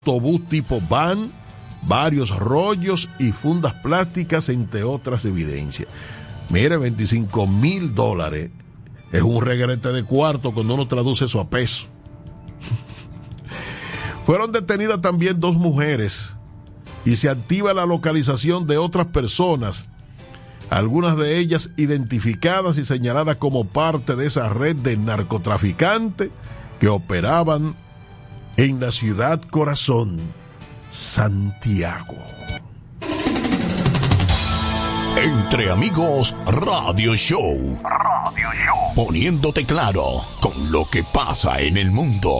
autobús tipo van, varios rollos y fundas plásticas, entre otras evidencias. Mire, $25,000 es un regrete de cuarto cuando uno traduce eso a peso. Fueron detenidas también 2 mujeres y se activa la localización de otras personas, algunas de ellas identificadas y señaladas como parte de esa red de narcotraficantes que operaban en la ciudad corazón, Santiago. Entre Amigos Radio Show. Poniéndote claro con lo que pasa en el mundo.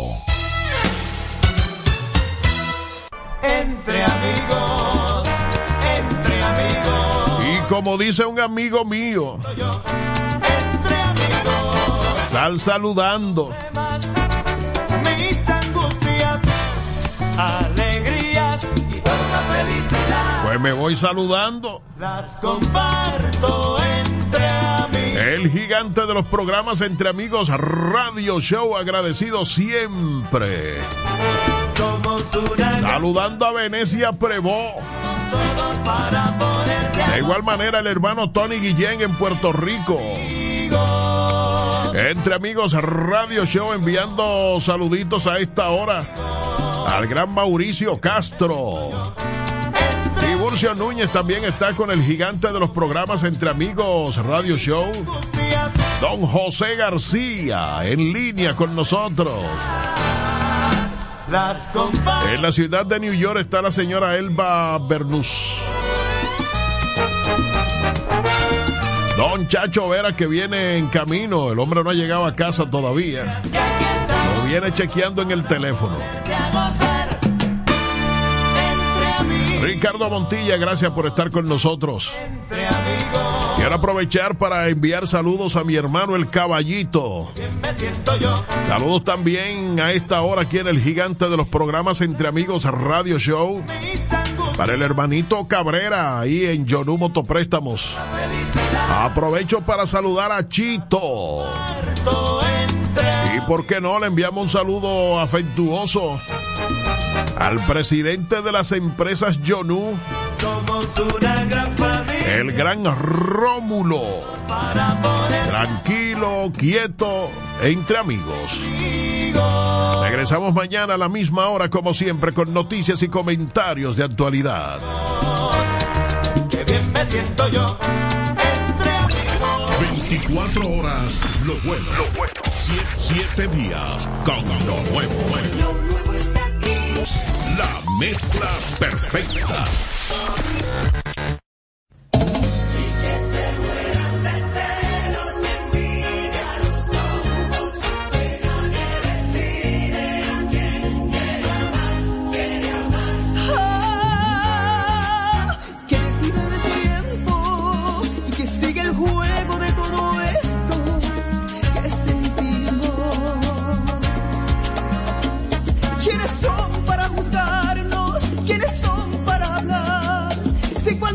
Entre amigos, entre amigos. Y como dice un amigo mío, Entre amigos. sal saludando. Mis angustias, alegrías y toda felicidad. Pues me voy saludando. Las comparto entre amigos. El gigante de los programas Entre Amigos Radio Show, agradecido siempre. Somos una Saludando a Venecia Prevó. todos para ponerte a De igual manera el hermano Tony Guillén en Puerto Rico. amigos. Entre Amigos Radio Show, enviando saluditos a esta hora al gran Mauricio Castro. Tiburcio Núñez también está con el gigante de los programas Entre Amigos Radio Show, Angustias, don José García, en línea con nosotros. las comparto. En la ciudad de New York está la señora Elba Bernús. Don Chacho Vera, que viene en camino, el hombre no ha llegado a casa todavía. Y aquí estamos Lo viene chequeando en el teléfono. a gozar. Entre amigos, Ricardo Montilla, gracias por estar con nosotros. entre amigos. Quiero aprovechar para enviar saludos a mi hermano el Caballito. Bien me siento yo. Saludos también a esta hora aquí en el gigante de los programas Entre Amigos Radio Show. Mis angustias, Para el hermanito Cabrera, ahí en Yonú Motopréstamos. felicidad. Aprovecho para saludar a Chito. Comparto entre Y por qué no, le enviamos un saludo afectuoso al presidente de las empresas Yonú, somos una gran familia el gran Rómulo. para poner Tranquilo, quieto, entre amigos. amigos. Regresamos mañana a la misma hora, como siempre, con noticias y comentarios de actualidad. Qué bien me siento yo. Entre amigos. 24 horas, lo bueno. 7 días con lo nuevo. Lo nuevo está aquí. La mezcla perfecta. Que decida el tiempo y que siga el juego de todo esto que sentimos. ¿Quiénes son para juzgarnos? ¿Quiénes son para hablar? Si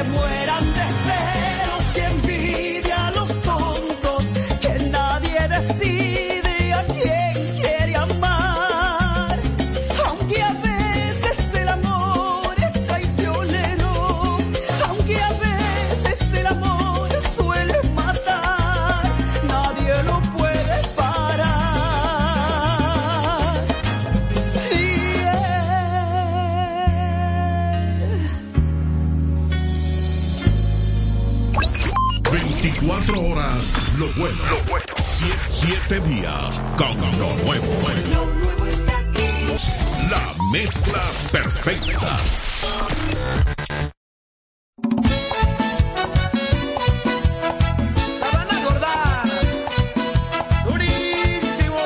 se mueran de celos y envidia a los tontos, que nadie decide a quién quiere amar, aunque a veces el amor es traicionero, aunque a veces el amor suele matar, nadie lo puede parar. 24 horas, lo bueno. 7 días con lo nuevo. Lo nuevo está aquí. La mezcla perfecta. La van a acordar. Durísimo.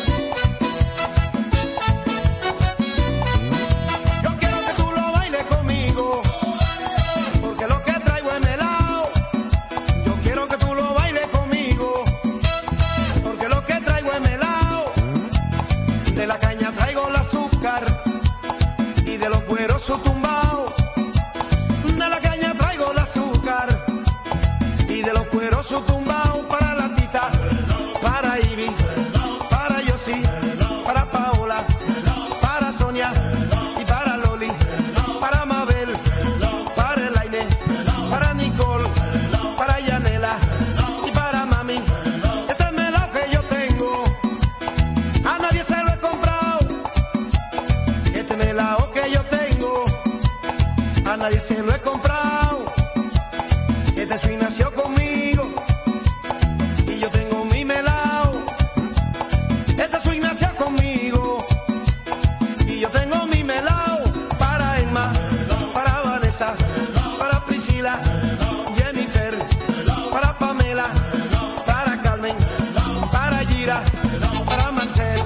Yo quiero que tú lo bailes conmigo, porque lo que traigo es melao. Yo quiero que tú lo bailes conmigo, porque lo que traigo es melao. De la caña traigo el azúcar y de los cueros su tumbao. De la caña traigo el azúcar y de los cueros su tumbao. Para la tita, para Ivy, para Yossi, para Paola, para Sonia y para Loli, para Mabel, para Elaine, para Nicole, para Yanela y para Mami. Este es melao que yo tengo, a nadie se lo he comprado. Este melao que yo tengo, a nadie se lo he comprado. Este swing nació conmigo y yo tengo mi melao. Este swing nació conmigo y yo tengo mi melao. Para Emma, para Vanessa, para Priscila, Jennifer, para Pamela, para Carmen, para Gira, para Marcel.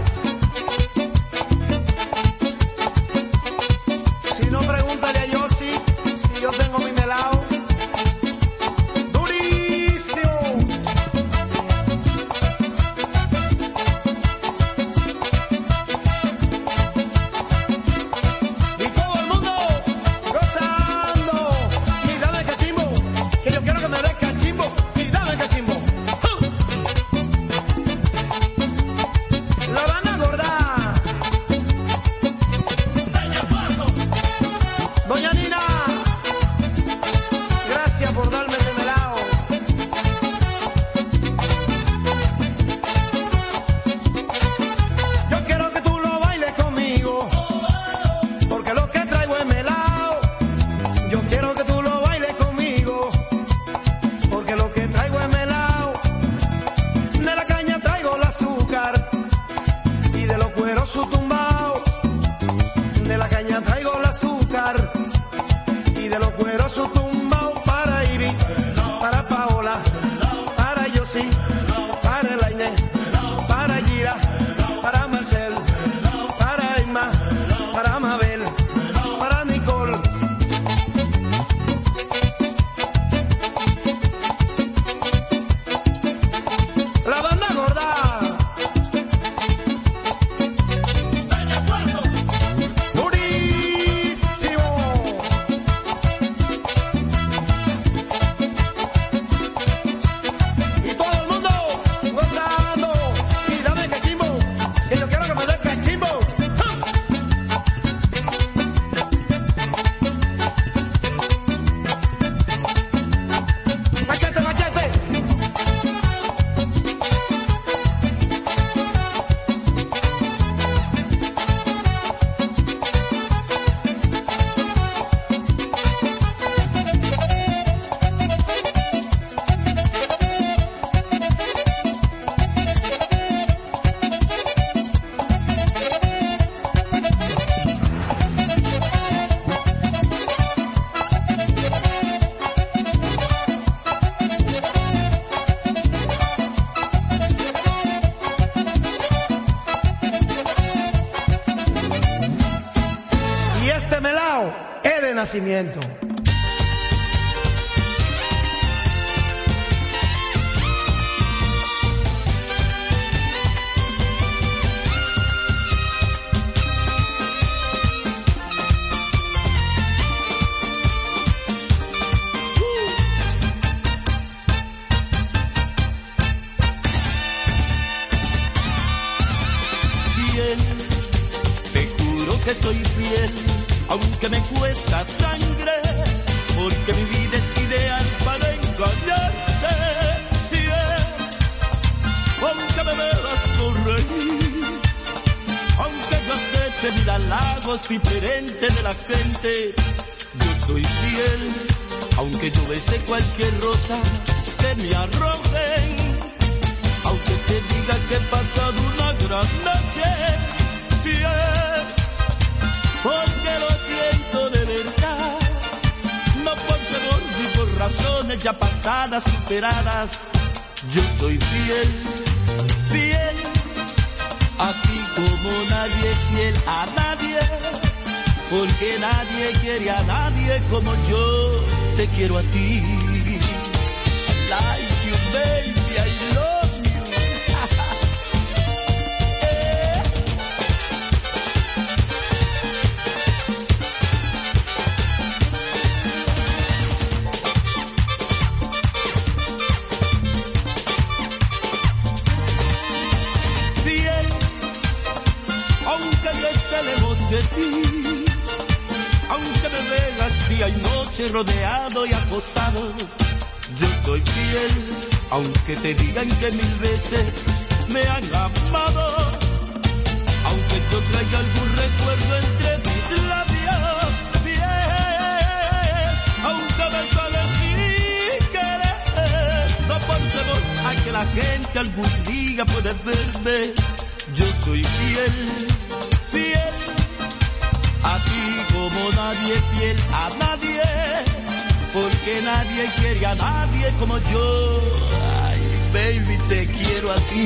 Si no, pregúntale a Yossi si yo tengo mi melao. Durísimo. Y todo el mundo gozando. Y dame cachimbo, que yo quiero que me des cachimbo. Y dame cachimbo. La van a acordar. Doña Nina, gracias por darme este melao. Yo quiero que tú lo bailes conmigo, porque lo que traigo es melao. Yo quiero que tú lo bailes conmigo, porque lo que traigo es melao. De la caña traigo el azúcar y de los cueros su tumbao. De la caña traigo el azúcar y de los cueros su tumbao. Para Ivy, para Paola, para Yossi, para Elaine, para Gira, para Marcel, para Emma, para Mabel, para Nicole. La banda gorda. Durísimo. Y todo el mundo gozando. Y dame cachimbo, que yo quiero que me des cachimbo. ¡Ja! Machete, machete. Y este melao es de nacimiento. te soy fiel, aunque me cuesta sangre, porque mi vida es ideal para engañarte. Yeah. Aunque me veas sonreír, aunque yo acepte mil halagos diferentes de la gente, yo soy fiel, aunque yo bese cualquier rosa que me arrojen, aunque te diga que he pasado una gran noche, fiel, porque lo siento de verdad, no por temor ni por razones ya pasadas, superadas, yo soy fiel, fiel, así como nadie es fiel a nadie, porque nadie quiere a nadie como yo te quiero a ti. I like you, baby, I love you. Fiel, aunque yo esté lejos de ti, aunque me veas día y noche rodeado y acosado, yo soy fiel, aunque te digan que mil veces me han amado, aunque yo traiga algún recuerdo entre mis labios, fiel, aunque me sale sin querer, no por temor a que la gente algún día pueda verme, yo soy fiel, fiel, a ti como nadie fiel a nadie, porque nadie quiere a nadie como yo. Ay, baby, te quiero a ti.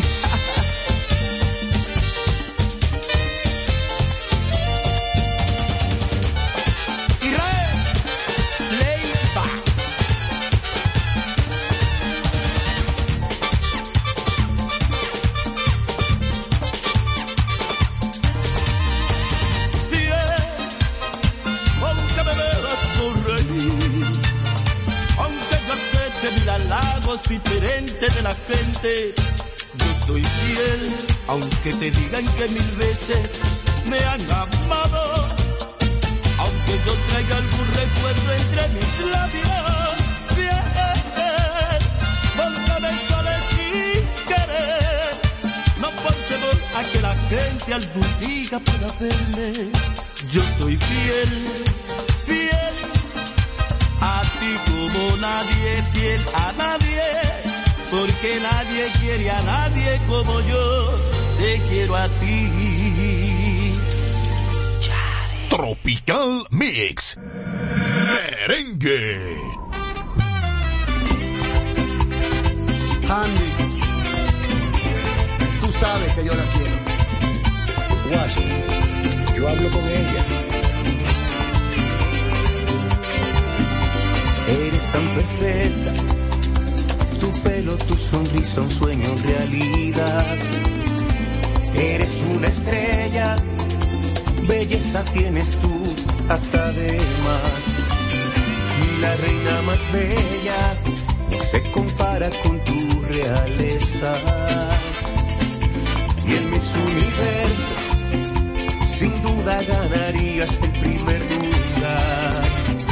Diferente de la gente, yo soy fiel, aunque te digan que mil veces me han amado, aunque yo traiga algún recuerdo entre mis labios, fiel, porque me sale sin querer, no por temor a que la gente algún día pueda verme, yo soy fiel, fiel, a ti como nadie es fiel a nadie, porque nadie quiere a nadie como yo te quiero a ti. Tropical Mix Merengue. Andy, tú sabes que yo la quiero. Guaso, yo hablo con ella. Eres tan perfecta, tu pelo, tu sonrisa, un sueño en realidad. Eres una estrella, belleza tienes tú hasta de más. Y la reina más bella no se compara con tu realeza. Y en Miss Universo sin duda ganarías el primer lugar.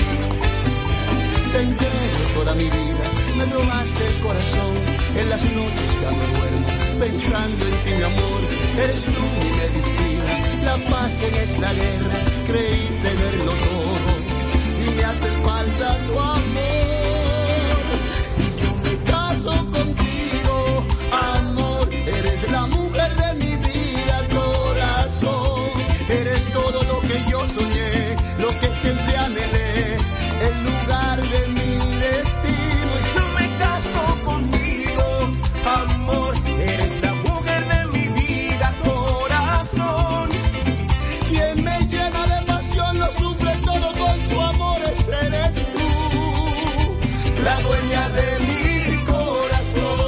Te entrego toda mi vida, me robaste el corazón, en las noches que me duermo, pensando en ti mi amor, eres tú mi medicina, la paz en esta guerra, creí tenerlo todo, y me hace falta tu amor, y yo me caso contigo, amor, eres la mujer de mi vida, corazón, eres todo lo que yo soñé, lo que siempre anhelé, el lugar de mi destino. Yo me caso contigo, amor, eres la mujer de mi vida, corazón. Quien me llena de pasión, lo suple todo con su amor, ese eres tú, la dueña de mi corazón.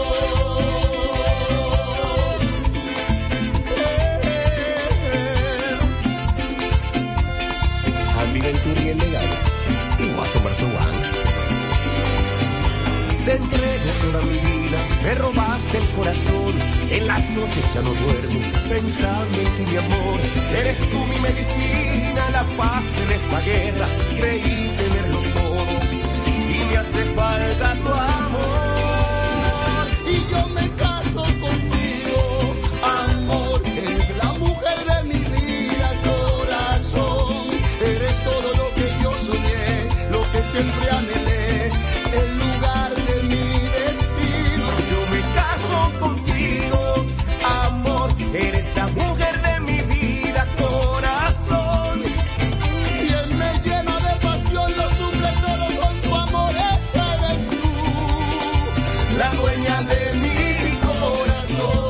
Andy Venturi el legal. Y Guaso Brazo One. Te entrego toda mi vida, me robaste el corazón, En las noches ya no duermo pensando en ti, mi amor. Eres tú mi medicina, la paz en esta guerra. Creí tenerlo todo y me hace falta tu amor. Y yo me caso contigo, amor. Eres la mujer de mi vida, corazón. Eres todo lo que yo soñé, lo que siempre anhelé, el lugar de mi destino. Yo me caso contigo, amor. Eres la mujer de mi vida, corazón. Y él me llena de pasión, lo suple todo con su amor. Esa eres tú, la dueña de mi corazón.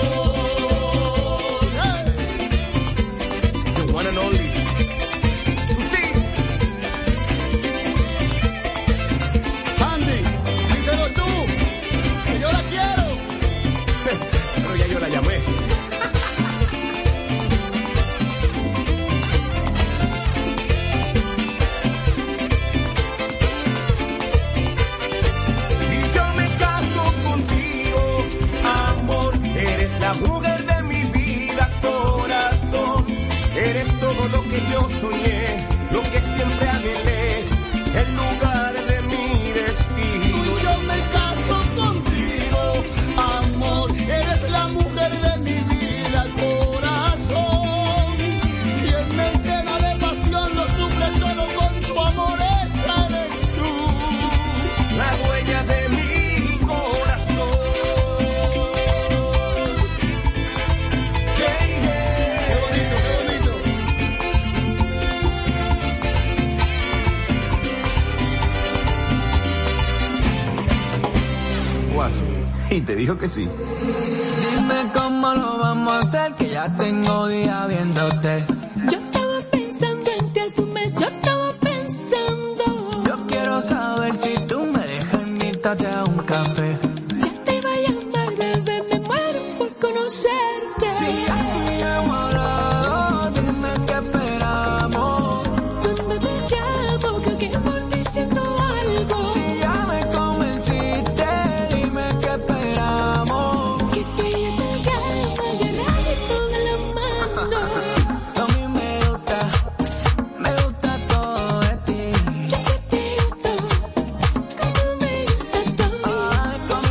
Hey. The one and only. Tú sí. Andy, díselo tú, que yo la quiero. Pero ya yo la llamé. Y yo me caso contigo, amor. Eres la mujer de mi vida, corazón. Eres todo lo que yo soñé, lo que siempre anhelé, el lugar de mi destino. Y yo me caso contigo, amor. Eres la mujer de mi vida, corazón. Y él me llena de pasión, lo suple todo con su amor. Esa eres tú, La dueña de mi corazón. Hey, hey. qué bonito, qué bonito. Guaso. Y te dijo que sí. Dime cómo lo vamos a hacer, que ya tengo días viéndote. Yo estaba pensando en ti hace un mes, yo estaba pensando. Yo quiero saber si tú me dejas invitarte a un café. Ya te iba a llamar, bebé, me muero por conocerte. Si ya estuviéramos hablado, dime qué esperamos. Cuando te llamo, creo que por ti siento algo. Si ya me convenciste, dime qué esperamos. Que te salgamos, agarradito de la mano. A mí me gusta todo de ti. Yo que te gusto, como me gusta tú. Ay, como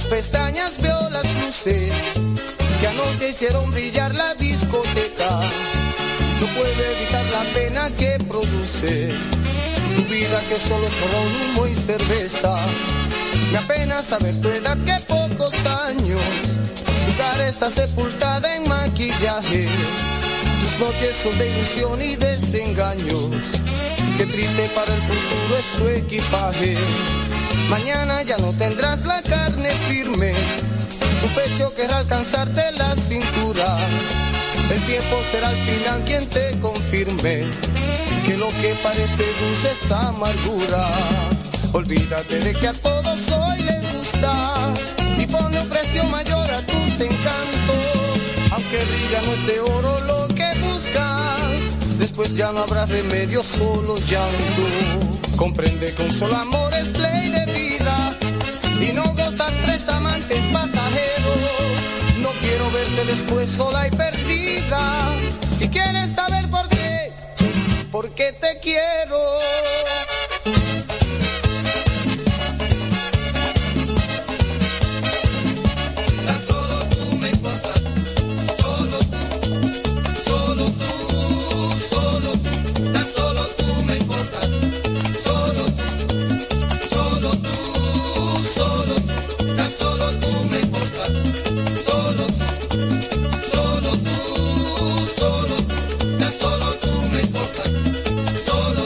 pestañas veo las luces que anoche hicieron brillar la discoteca. No puedo evitar la pena que produce tu vida, que solo es ron, humo y cerveza. Me apena saber tu edad, que pocos años. Tu cara está sepultada en maquillaje. Tus noches son de ilusión y desengaños. Qué triste para el futuro es tu equipaje. Mañana ya no tendrás la carne firme. Tu pecho querrá alcanzarte la cintura. El tiempo será al final quien te confirme que lo que parece dulce es amargura. Olvídate de que a todos hoy le gustas y pone un precio mayor a tus encantos. Aunque brilla no es de oro lo que buscas, después ya no habrá remedio, solo llanto. Comprende que un solo amor es ley de vida y no gozar tres amantes pasajeros. No quiero verte después sola y perdida. Si quieres saber por qué te quiero. Tan solo tú me importas, solo tú, solo tú, solo tú. Tan solo tú me importas, solo tú, solo tú, solo tú. Tan solo tú me importas. Solo tú, solo tú, tan solo tú me importas. Solo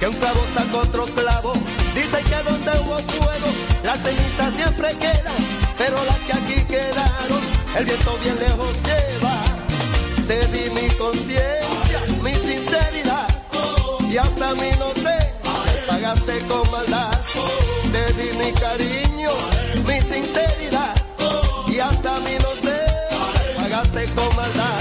un clavo saca otro clavo. Dicen que donde hubo fuego, las cenizas siempre quedan, pero las que aquí quedaron, el viento bien lejos lleva. Te di mi conciencia, mi sinceridad, y hasta mi inocencia me pagaste con maldad. Te di mi cariño, mi sinceridad, y hasta mi inocencia me pagaste con maldad.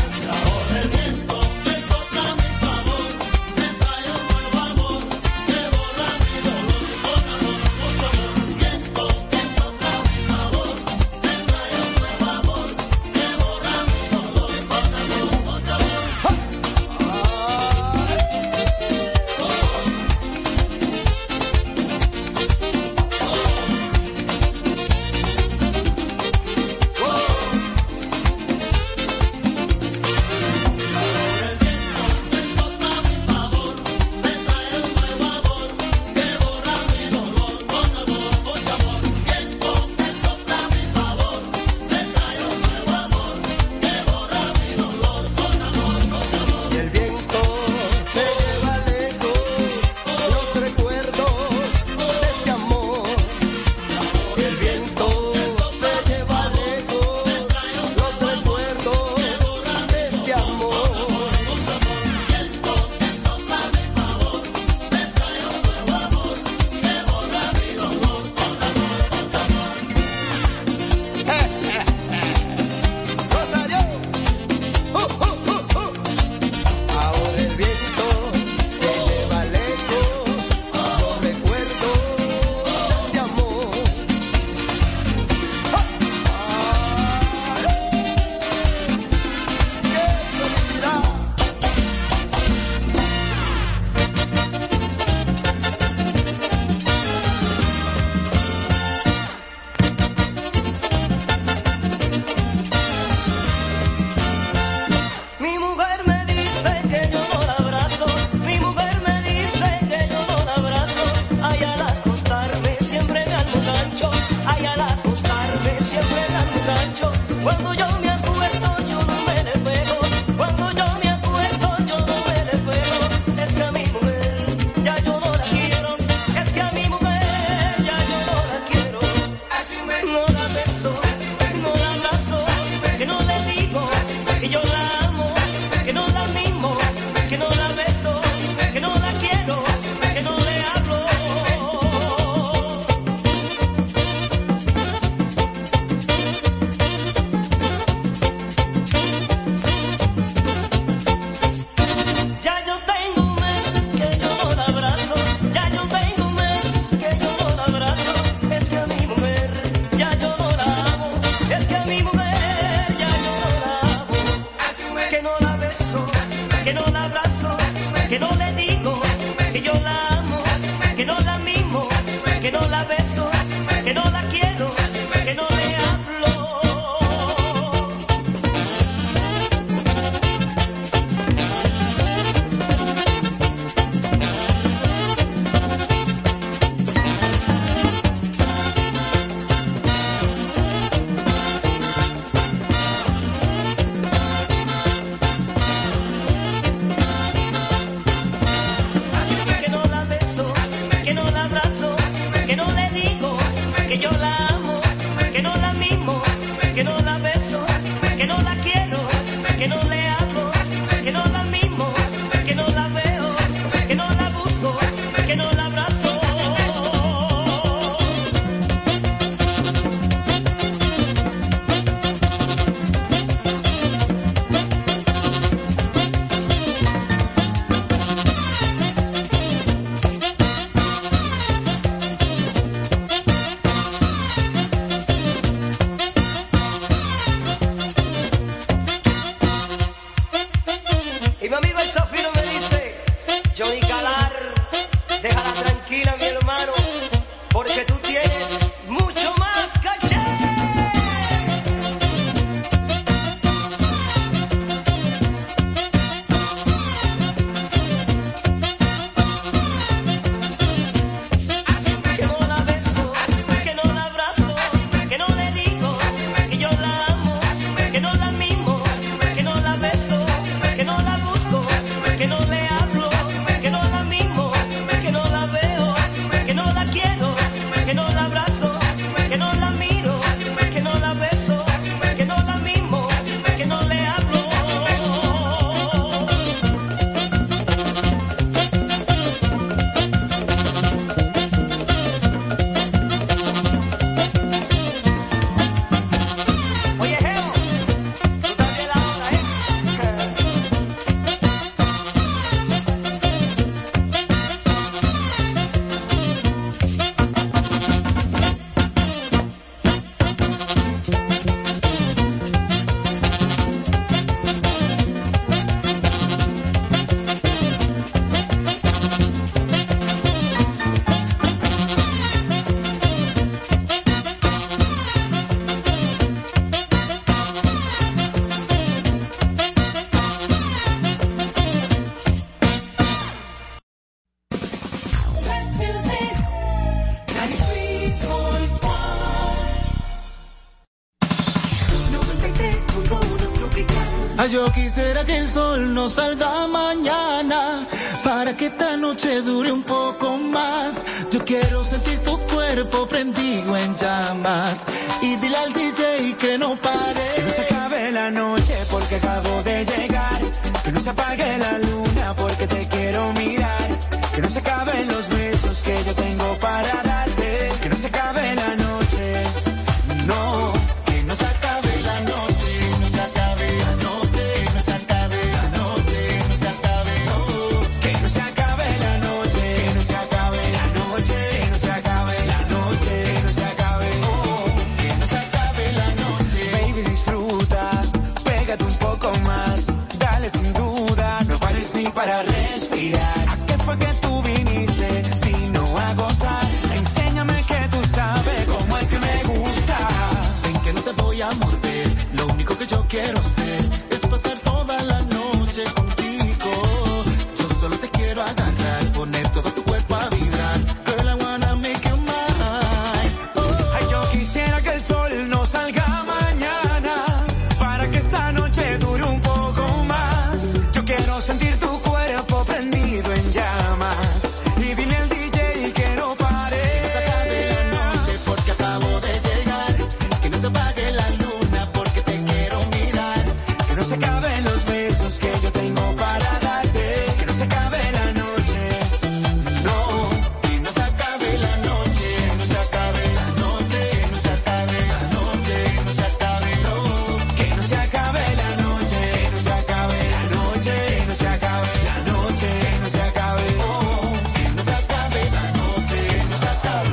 Ay, yo quisiera que el sol no salga mañana, para que esta noche dure un poco más. Yo quiero sentir tu cuerpo prendido en llamas, y dile al DJ que no pare. Que no se acabe la noche porque acabo de llegar. Que no se apague la luna porque te quiero mirar. Que no se acaben los besos que yo tengo para darte. Que no se acabe la noche, no. Que no se acabe la noche, no se acabe la noche, no se acabe la noche, no se acabe, no. Que no se acabe la noche, que no se acabe la noche, que no se acabe la noche, que no se acabe, que no se acabe la noche. Baby, disfruta, pégate un poco más, dale sin duda, no pares ni para respirar. ¿A qué fue que tú viniste si no a gozar? Enséñame que tú sabes cómo es que me gusta. Ven que no te voy a morder, lo único que yo quiero hacer es pasar toda la noche contigo. Yo solo te quiero agarrar, poner todo tu cuerpo a vibrar. Girl, I wanna make you mine. Ay, yo quisiera que el sol no salga mañana, para que esta noche dure un poco más. Yo quiero sentir tu cuerpo prendido en llamas, y dile al DJ que no pare. Que no se acabe la noche porque acabo de llegar. Que no se apague la luna porque te quiero mirar. Que no se acaben los besos que yo tengo para darte. Que no se acabe la noche, no. Que no se acabe la noche, no se acabe la noche, no se acabe la noche, no se acabe, no. Que no se acabe la noche, que no se acabe la noche, que no se acabe la noche, que no se acabe, Que no se acabe la noche, no se acabe.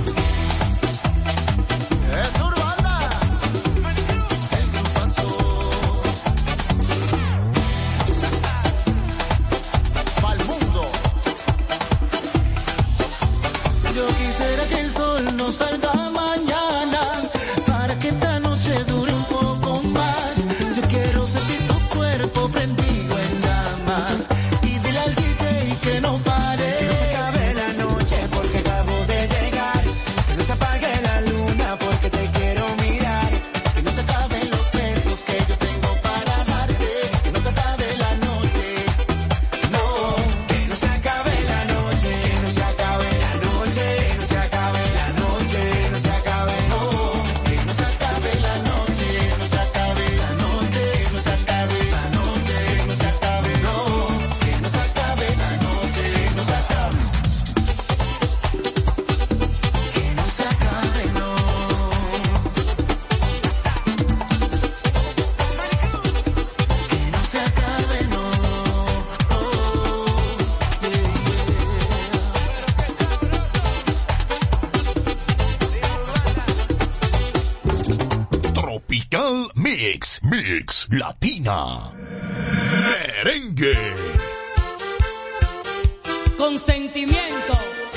Es Urbana, el grupazo. Pa'l mundo. Yo quisiera que el sol no salga mañana, para que esta noche dure un poco más. Yo quiero sentir tu cuerpo prendido en llamas, y dile al DJ que no pare. que no se acabe la noche porque acabo de llegar. Que no se apague la luna porque te quiero mirar. Que no se acaben los besos que yo tengo para darte. Que no se acabe la noche, No, que no se acabe la noche, que no se acabe la noche, que no se acabe la noche, que no se acabe, no. que no se acabe la noche, no se acabe la noche, que no se acabe la noche, que no se acabe, no. Que no se acabe la noche, no se acabe. Que no se acabe, no. Que no se acabe, no. Tropical Mix, Mix Latina. Merengue. Con sentimiento,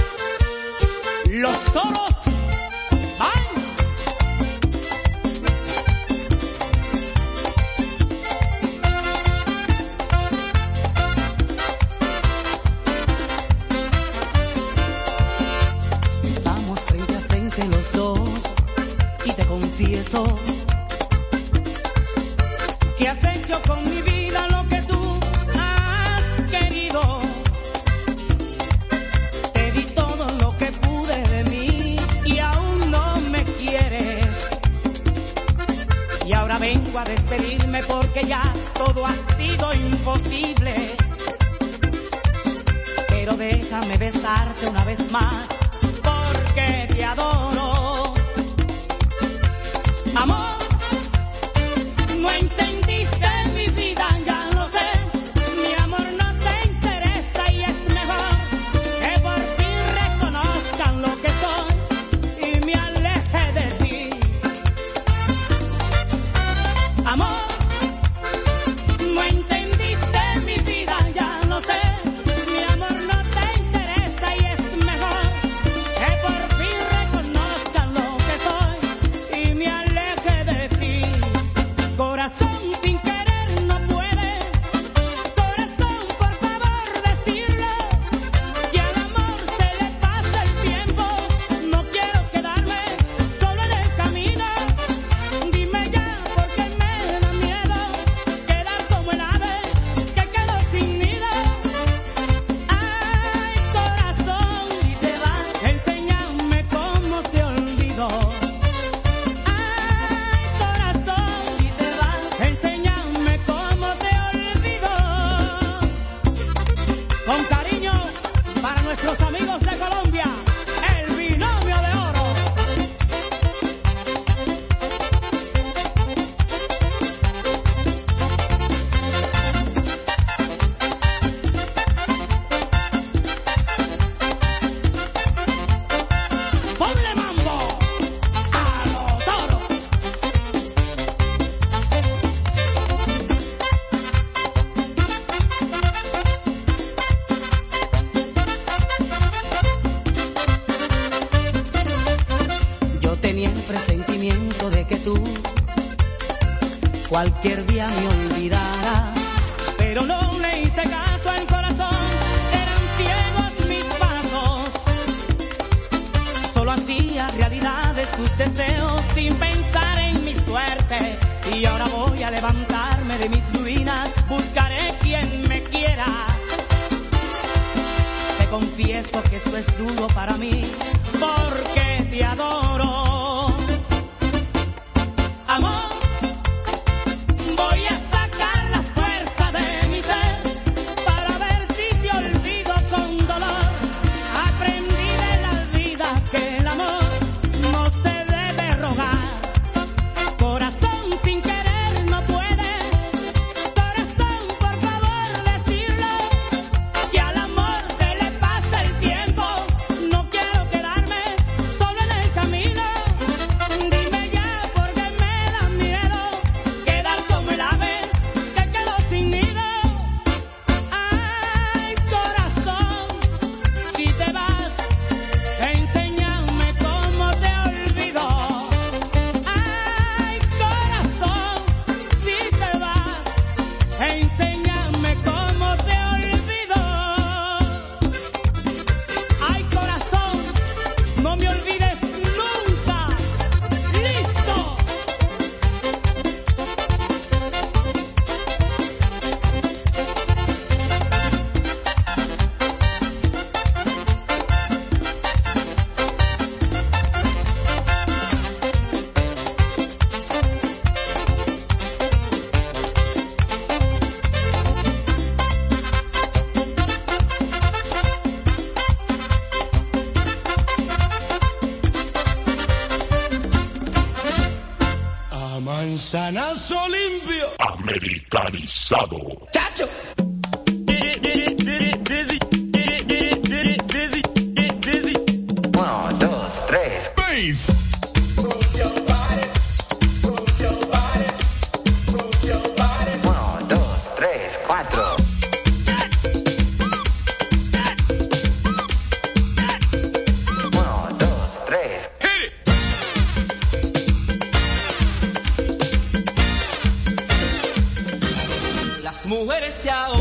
los toros van. Estamos frente a frente los dos, y te confieso Que has hecho con mi vida lo que tú has querido. Te di todo lo que pude de mí y aún no me quieres. Y ahora vengo a despedirme porque ya todo ha sido imposible. Pero déjame besarte una vez más porque te adoro. Amor, no entendiste mi vida, ya lo sé. Mi amor no te interesa y es mejor que por fin reconozcan lo que soy y me aleje de ti. Amor, no entendiste mi vida, ya lo sé. Mi amor no te interesa y es mejor que por fin reconozcan Con cariño para nuestros amigos de Colombia, el binomio de oro. Ponle mambo a los toros. Yo tenía el presentimiento de que tú cualquier día me olvidarás, pero no le hice caso al corazón, eran ciegos mis pasos. Solo hacía realidades tus deseos sin pensar en mi suerte. Y ahora voy a levantarme de mis ruinas, buscaré quien me quiera. Te confieso que eso es duro para mí, porque te adoro. Amor, voy a sacar la fuerza de mi ser para ver si te olvido con dolor. Aprendí de la vida que el amor no se debe rogar. Corazón sin querer no puede. Corazón, por favor, decirle que al amor se le pasa el tiempo. No quiero quedarme solo en el camino. Dime ya porque me da miedo quedar como el ave que quedó sin nido. Ay, corazón, si te vas, enséñame cómo te olvido. Ay, corazón, si te vas, enséñame cómo te olvido. Ay, corazón, no me olvides nunca. ¡Listo! A manzanazo limpio. Americanizado. ¡Chacho! Uno, dos, tres. Uno, dos, tres, cuatro. Uno, dos, tres. Las mujeres de ahora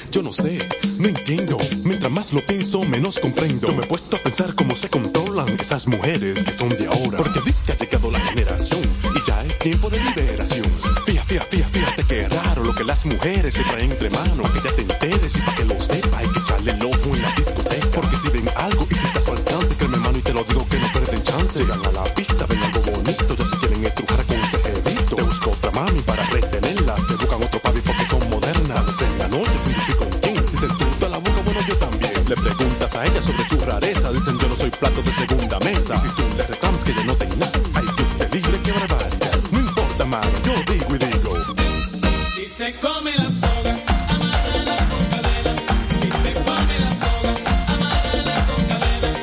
Yo no sé, no entiendo. Mientras más lo pienso, menos comprendo. Yo me he puesto a pensar cómo se controlan esas mujeres que son de ahora. Porque dice que ha llegado la generación y ya es tiempo de liberación. Fíjate que raro lo que las mujeres se traen entre manos. Pa' que ya te enteres y pa' que lo sepa hay que echarle el ojo en la discoteca. Porque si ven algo y si está a su alcance, créeme mano y te lo digo que no pierden chance. Llegan a la pista, ven algo bonito, ya se quieren estrujar con ese jevito. Te busco otra mami para retenerla, se buscan otro papi porque son modernas. Sales en la noche sin decir con quién, dicen tú a la boca, bueno yo también. Le preguntas a ella sobre su rareza, dicen yo no soy plato de segunda mesa. Y si tú le reclamas que ella no tenga nada, ay Dios te libre que barbaridad. No importa mano, yo digo y digo. Si se come la soga, amárrala con cadena. Si se come la soga, amárrala con cadena.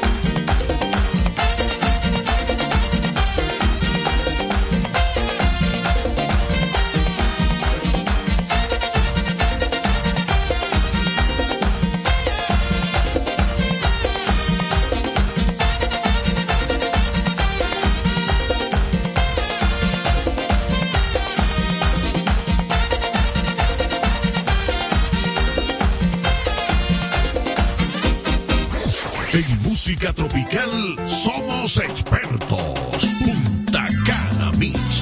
En música tropical somos expertos. Punta Cana Mix.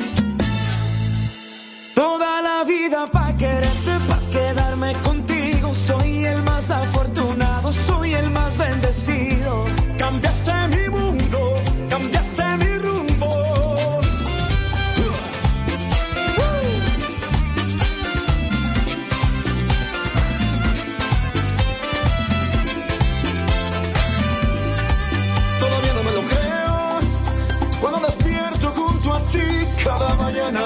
Toda la vida pa' quererte, pa' quedarme contigo. Soy el más afortunado, soy el más bendecido. Cambiaste mi mundo, cambiaste mi rumbo. Todavía no me lo creo cuando despierto junto a ti cada mañana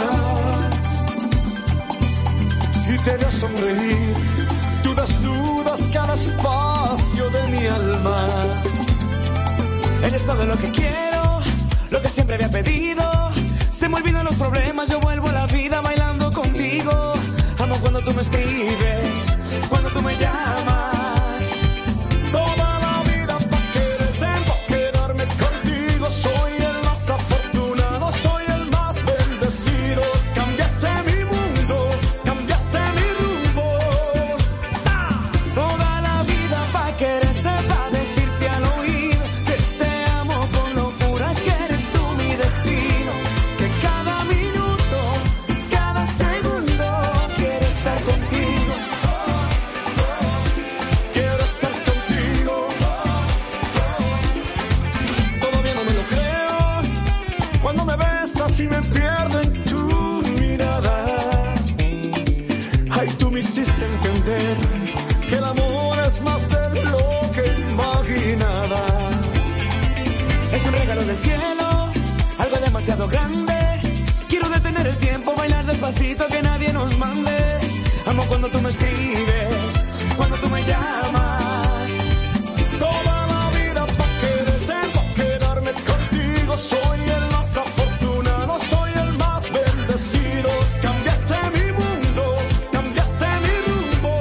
y te veo sonreír. Tú desnudas cada espacio de mi alma. Eres todo lo que quiero, lo que siempre había pedido. Se me olvidan los problemas, yo vuelvo a la vida bailando contigo. Amo cuando tú me escribes, cuando tú me llamas. Toda la vida pa' quererte, pa' quedarme contigo. Soy el más afortunado, soy el más bendecido. Cambiaste mi mundo, cambiaste mi rumbo. Toda la vida pa' quererte, pa' decirte al oído que te amo con locura, que eres tú mi destino. Que cada minuto, cada segundo quiero estar contigo. Quiero estar contigo. Todavía no me lo creo cuando me besas y me pierdo en tu mirada. Ay, tú me hiciste entender que el amor es más de lo que imaginaba. Es un regalo del cielo, algo demasiado grande. Quiero detener el tiempo, bailar despacito, que nadie nos mande. Amo cuando tú me escribes, cuando tú me llamas. Toda la vida pa' quererte, pa' quedarme contigo. Soy el más afortunado, soy el más bendecido. Cambiaste mi mundo, cambiaste mi rumbo.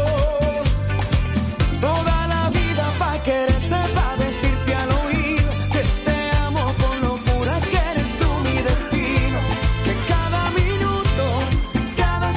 Toda la vida pa' quererte, pa' decirte al oído que te amo con locura, que eres tú mi destino. Que cada minuto, cada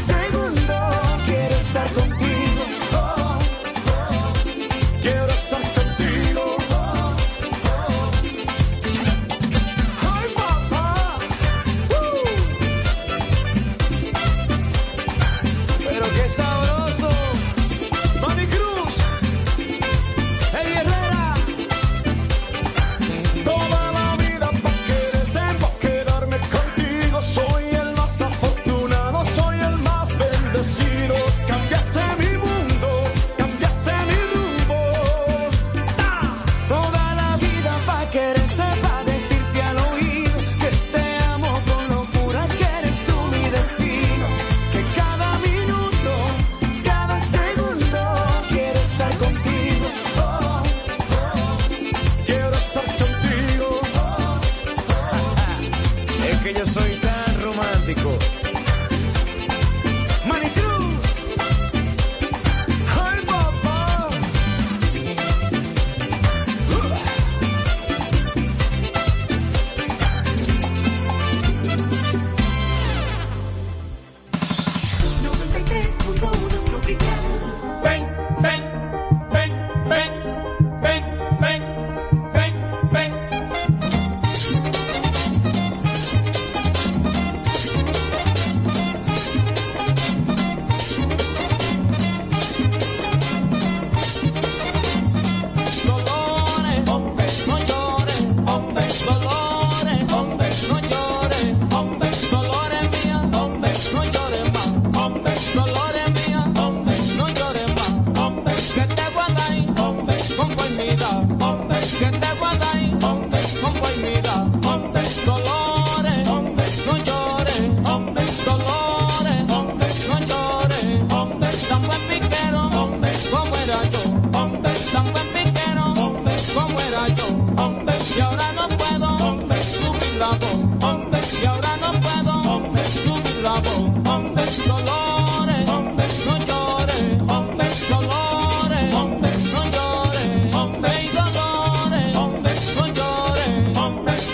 tan buen piquero, como era yo, y ahora no puedo subir la voz, y ahora no puedo subir la voz. Dolores, no llores, Dolores, no llores, hey, Dolores, no llores.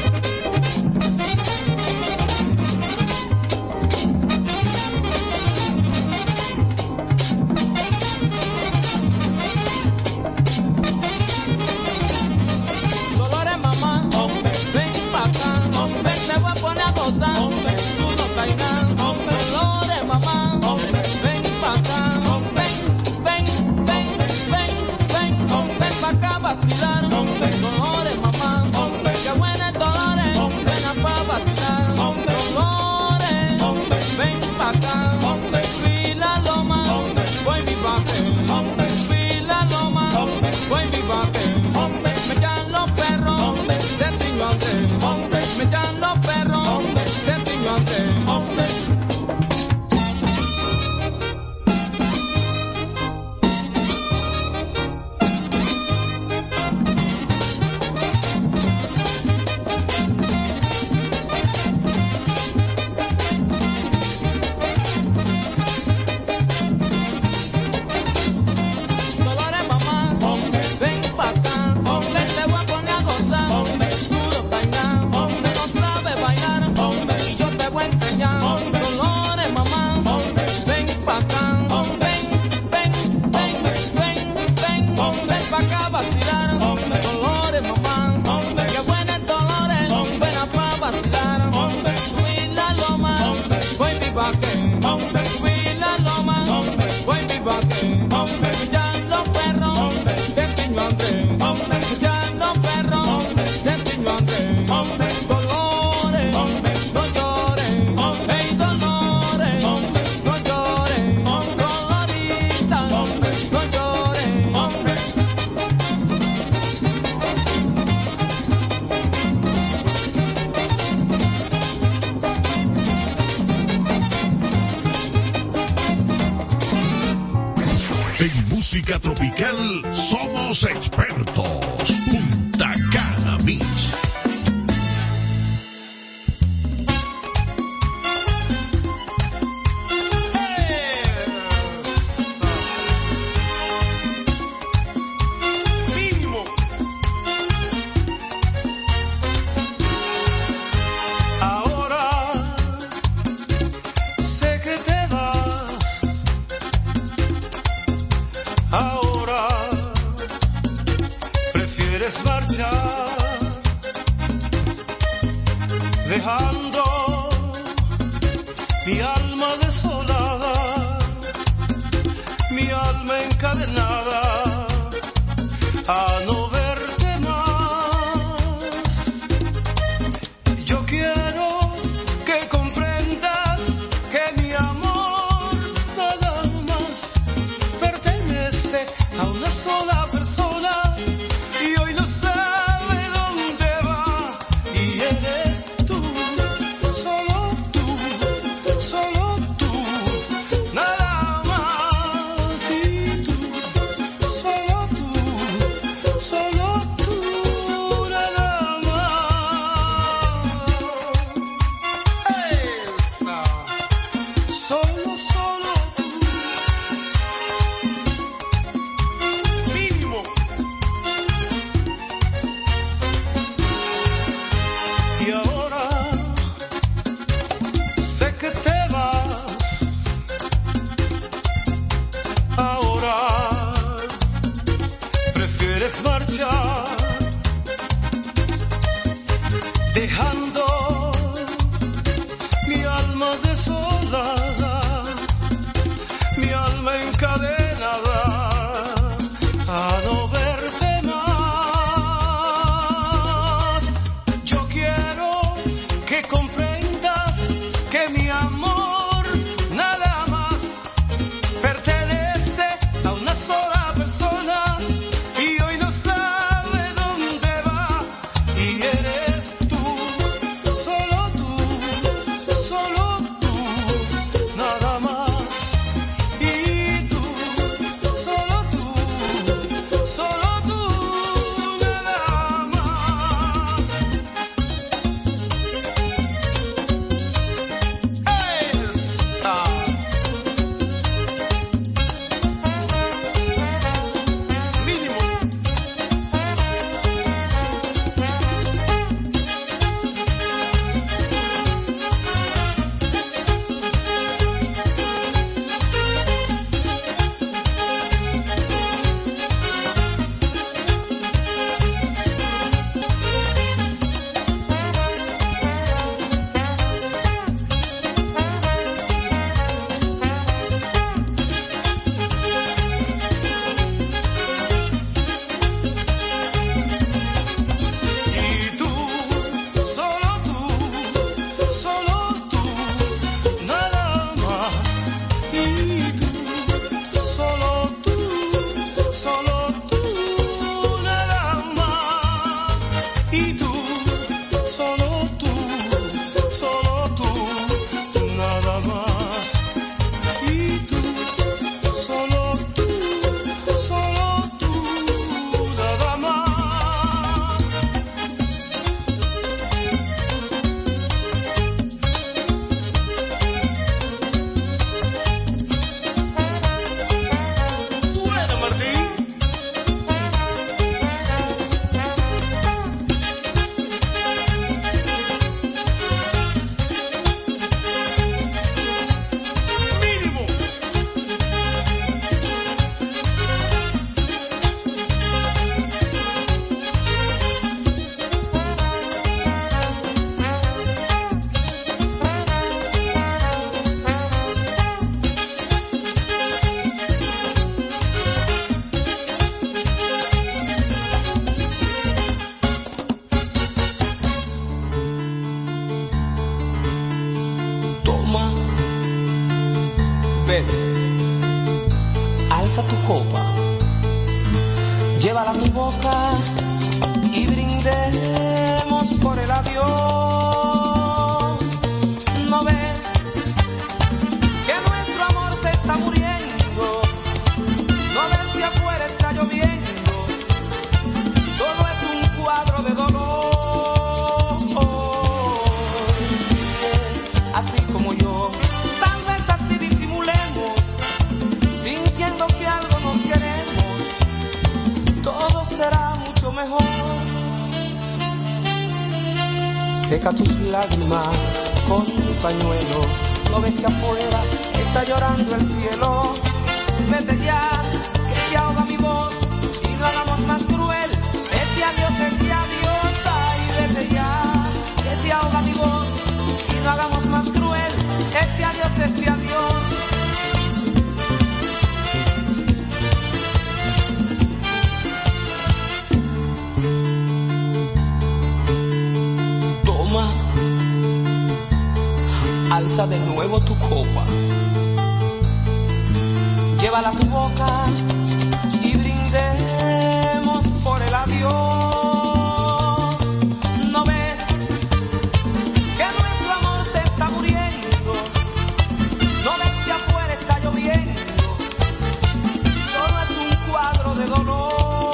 Dolores, mamá, ven pa' acá, te voy a poner a gozar, tú no traes nada. Dolores, mamá, ven pa' acá, ven pa' acá a vacilar. Dolores, mamá, qué buena es Dolores, ven pa' vacilar. Dolores, ven pa' acá, subí la loma, voy mi baje, subí la loma, voy mi baje. Me echan los perros, de Tiño Andrés, me echan los perros, de Tiño Andrés. Dolores, mamá, ven pa' acá, te voy a poner a gozar, tú no traes nada, no sabes bailar, y yo te voy a enseñar. Dolores, mamá, ven pa' acá, ven pa' acá a vacilar. Dolores, mamá, qué buena es Dolores, ven a pa' vacilar. Subí la loma, voy mi baque, subí la loma, voy mi baque. Me echan los perros, de Tiño Andrés, me echan los perros, de Tiño Andrés. Dolores, no llores, hey, Dolores, no llores, Dolorita, no llores. En música tropical somos expertos. Punta Cana Mix. Mínimo. Ahora sé que te vas. Ahora prefieres marchar, dejando mi alma desolada, mi alma encadenada a no verte más. Yo quiero que comprendas que mi amor nada más pertenece a una sola persona y hoy no sabe dónde va. Y eres tú, solo tú, nada más. Y tú, solo tú, nada más. Esa. Solo tú. Mínimo. Llévala a tu boca y brindemos por el adiós. ¿No ves que nuestro amor se está muriendo? ¿No ves que afuera está lloviendo? Todo es un cuadro de dolor. Así como yo, tal vez así disimulemos, sintiendo que algo nos queremos, todo será mucho mejor. Seca tus lágrimas con mi pañuelo. ¿No ves que afuera está llorando el cielo? Vete ya, que se ahoga mi voz y no hagamos más cruel este adiós, ay, vete ya, que se ahoga mi voz y no hagamos más cruel este adiós, Toma, alza de nuevo tu copa, llévala a tu boca y brindemos por el adiós. ¿No ves que nuestro amor se está muriendo? ¿No ves que afuera está lloviendo? Todo es un cuadro de dolor.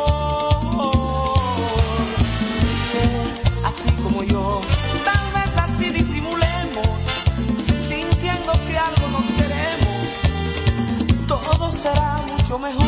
Así como yo, tal vez así disimulemos, sintiendo que algo nos queremos, todo será mucho mejor.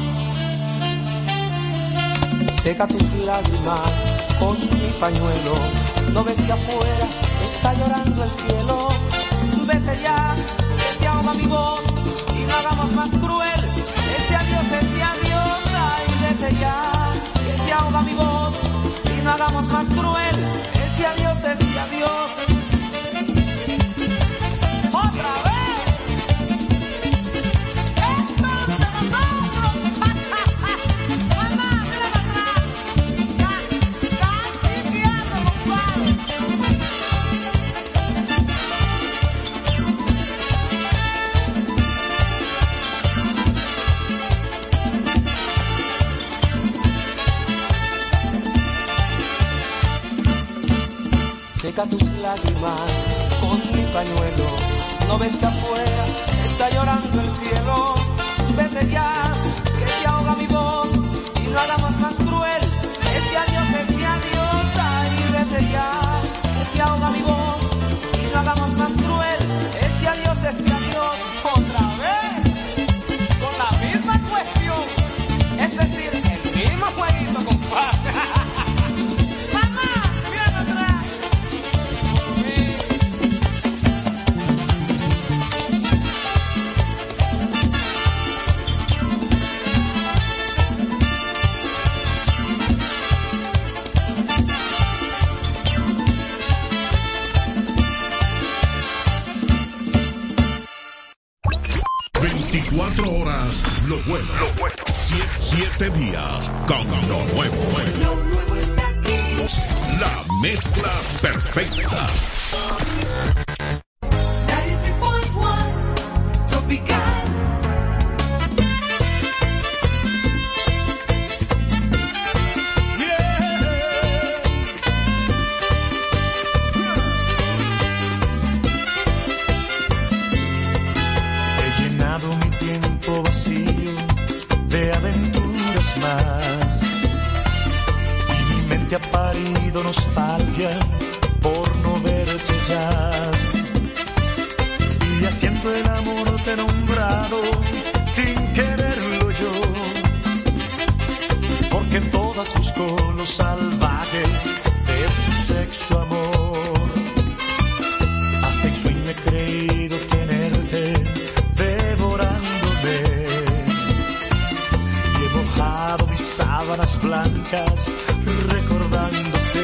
Seca tus lágrimas con mi pañuelo. ¿No ves que afuera está llorando el cielo? Vete ya, que se ahoga mi voz y no hagamos más cruel este adiós, ay, vete ya, que se ahoga mi voz y no hagamos más cruel este adiós, Otra vez. Seca tus lágrimas con mi pañuelo. ¿No ves que afuera está llorando el cielo? Vete ya, que se ahoga mi voz y no hagamos más cruel este adiós, ay, vete ya, que se ahoga mi voz y no hagamos más cruel este adiós, otra vez, con la misma cuestión, es decir, el mismo jueguito, compadre. Horas, lo bueno. 7 días con lo nuevo. Lo nuevo está aquí. La mezcla perfecta. 93.1 Tropical. He llenado mi tiempo vacío de aventuras más y mi mente ha parido nostalgia por no verte ya, y haciendo el amor te he nombrado sin quererlo yo, porque en todas busco lo salvaje de tu sexo, amor. Hasta en sueño he creído tenerte devorándome, y he mojado mis sábanas blancas recordándote,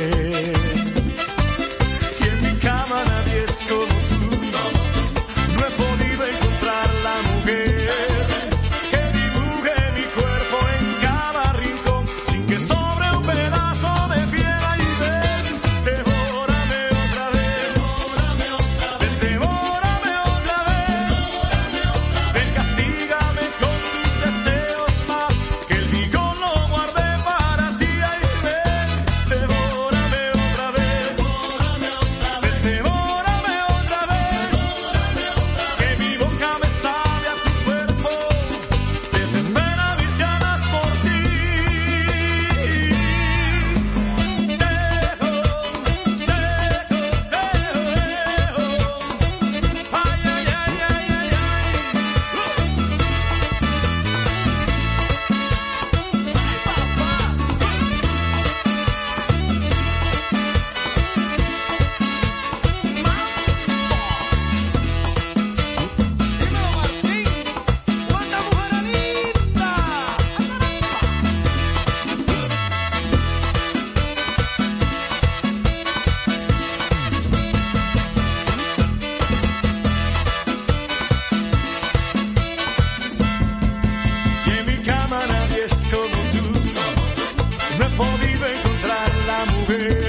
y en mi cama nadie es como tú. No he podido encontrar la mujer que dibuje mi cuerpo en cada rincón sin que sobre un pedazo de piedra. Y ven, devórame otra vez, devórame otra vez, ven, castígame con tus deseos más, que el vigor lo guardé bebé.